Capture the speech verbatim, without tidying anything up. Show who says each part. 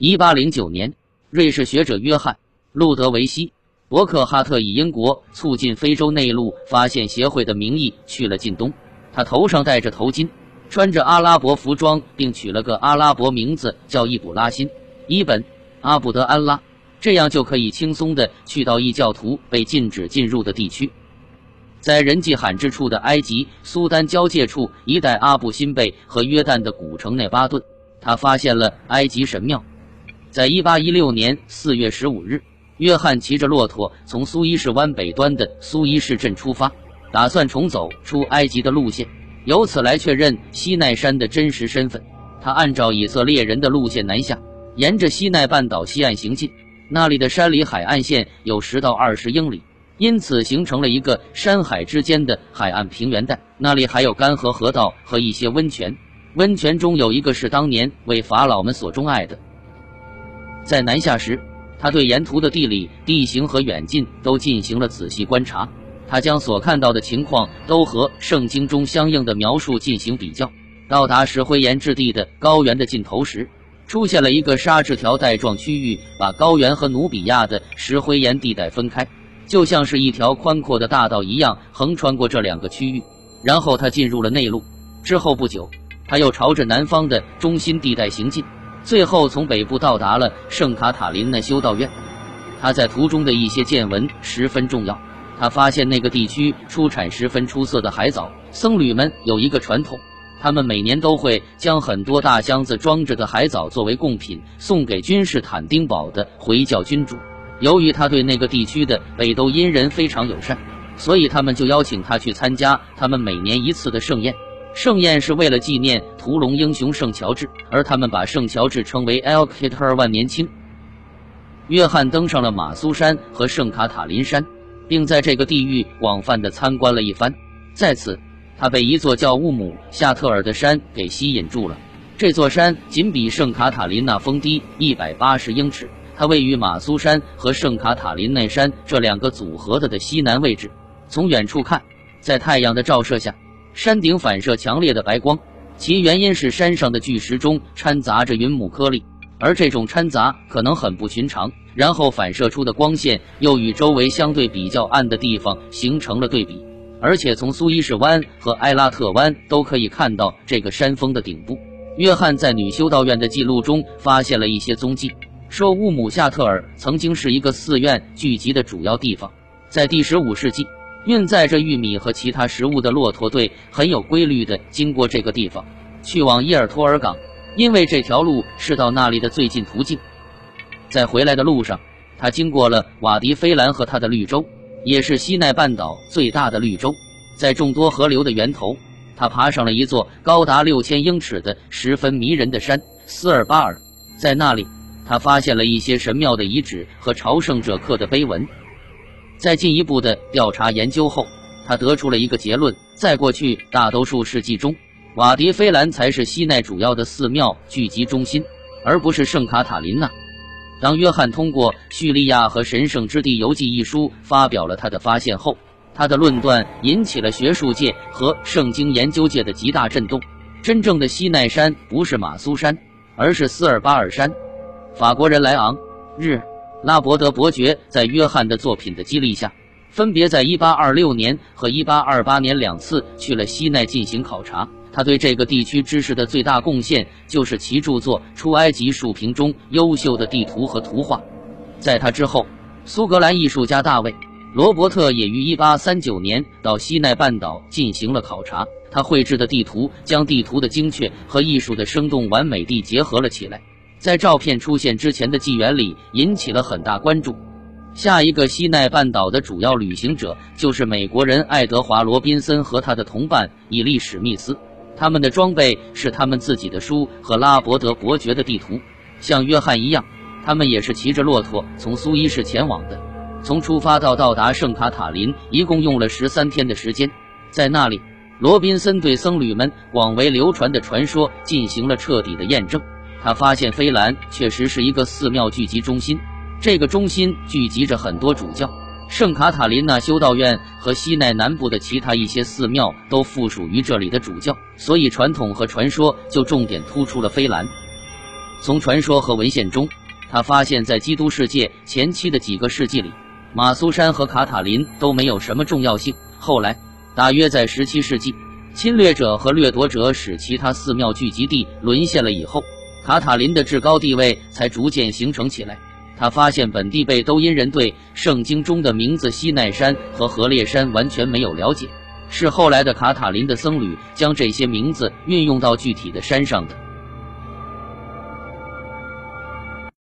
Speaker 1: 一八零九年，瑞士学者约翰·路德维希·伯克哈特以英国促进非洲内陆发现协会的名义去了近东。他头上戴着头巾，穿着阿拉伯服装，并取了个阿拉伯名字叫易卜拉欣·伊本·阿卜德安拉，这样就可以轻松地去到异教徒被禁止进入的地区。在人迹罕至处的埃及苏丹交界处一带阿布辛贝和约旦的古城内巴顿，他发现了埃及神庙。在一八一六年四月十五日，约翰骑着骆驼从苏伊士湾北端的苏伊士镇出发，打算重走出埃及的路线，由此来确认西奈山的真实身份。他按照以色列人的路线南下，沿着西奈半岛西岸行进，那里的山里海岸线有十到二十英里，因此形成了一个山海之间的海岸平原带。那里还有干涸河道和一些温泉，温泉中有一个是当年为法老们所钟爱的。在南下时，他对沿途的地理、地形和远近都进行了仔细观察，他将所看到的情况都和圣经中相应的描述进行比较。到达石灰岩质地的高原的尽头时，出现了一个沙质条带状区域，把高原和努比亚的石灰岩地带分开，就像是一条宽阔的大道一样横穿过这两个区域。然后他进入了内陆，之后不久，他又朝着南方的中心地带行进，最后从北部到达了圣卡塔琳娜修道院。他在途中的一些见闻十分重要。他发现那个地区出产十分出色的海藻，僧侣们有一个传统，他们每年都会将很多大箱子装着的海藻作为贡品送给君士坦丁堡的回教君主。由于他对那个地区的北斗因人非常友善，所以他们就邀请他去参加他们每年一次的盛宴。盛宴是为了纪念屠龙英雄圣乔治，而他们把圣乔治称为 El Quitar 万年青。约翰登上了马苏山和圣卡塔琳山，并在这个地域广泛地参观了一番。在此，他被一座叫乌姆夏特尔的山给吸引住了。这座山仅比圣卡塔琳娜峰低一百八十英尺，它位于马苏山和圣卡塔琳娜山这两个组合的的西南位置。从远处看，在太阳的照射下，山顶反射强烈的白光，其原因是山上的巨石中掺杂着云母颗粒，而这种掺杂可能很不寻常，然后反射出的光线又与周围相对比较暗的地方形成了对比。而且从苏伊士湾和埃拉特湾都可以看到这个山峰的顶部。约翰在女修道院的记录中发现了一些踪迹，说乌姆夏特尔曾经是一个寺院聚集的主要地方。在第十五世纪，运载着玉米和其他食物的骆驼队很有规律地经过这个地方，去往伊尔托尔港，因为这条路是到那里的最近途径。在回来的路上，他经过了瓦迪菲兰和他的绿洲，也是西奈半岛最大的绿洲。在众多河流的源头，他爬上了一座高达六千英尺的十分迷人的山斯尔巴尔。在那里，他发现了一些神庙的遗址和朝圣者刻的碑文。在进一步的调查研究后，他得出了一个结论：在过去大多数世纪中，瓦迪菲兰才是西奈主要的寺庙聚集中心，而不是圣卡塔琳娜。当约翰通过《叙利亚和神圣之地游记》一书发表了他的发现后，他的论断引起了学术界和圣经研究界的极大震动。真正的西奈山不是马苏山，而是斯尔巴尔山。法国人莱昂·日拉伯德伯爵在约翰的作品的激励下，分别在一八二六年和一八二八年两次去了西奈进行考察。他对这个地区知识的最大贡献就是其著作《出埃及述评》中优秀的地图和图画。在他之后，苏格兰艺术家大卫·罗伯特也于一八三九年到西奈半岛进行了考察。他绘制的地图将地图的精确和艺术的生动完美地结合了起来，在照片出现之前的纪元里引起了很大关注。下一个西奈半岛的主要旅行者就是美国人爱德华·罗宾森和他的同伴伊利·史密斯。他们的装备是他们自己的书和拉伯德伯爵的地图。像约翰一样，他们也是骑着骆驼从苏伊士前往的。从出发到到达圣卡塔琳一共用了十三天的时间。在那里，罗宾森对僧侣们广为流传的传说进行了彻底的验证。他发现菲兰确实是一个寺庙聚集中心，这个中心聚集着很多主教。圣卡塔琳娜修道院和西奈南部的其他一些寺庙都附属于这里的主教，所以传统和传说就重点突出了菲兰。 从传说和文献中，他发现在基督世界前期的几个世纪里，马苏山和卡塔林都没有什么重要性。后来，大约在十七世纪，侵略者和掠夺者使其他寺庙聚集地沦陷了以后，卡塔林的至高地位才逐渐形成起来。他发现本地贝都因人对圣经中的名字西奈山和何烈山完全没有了解，是后来的卡塔林的僧侣将这些名字运用到具体的山上的。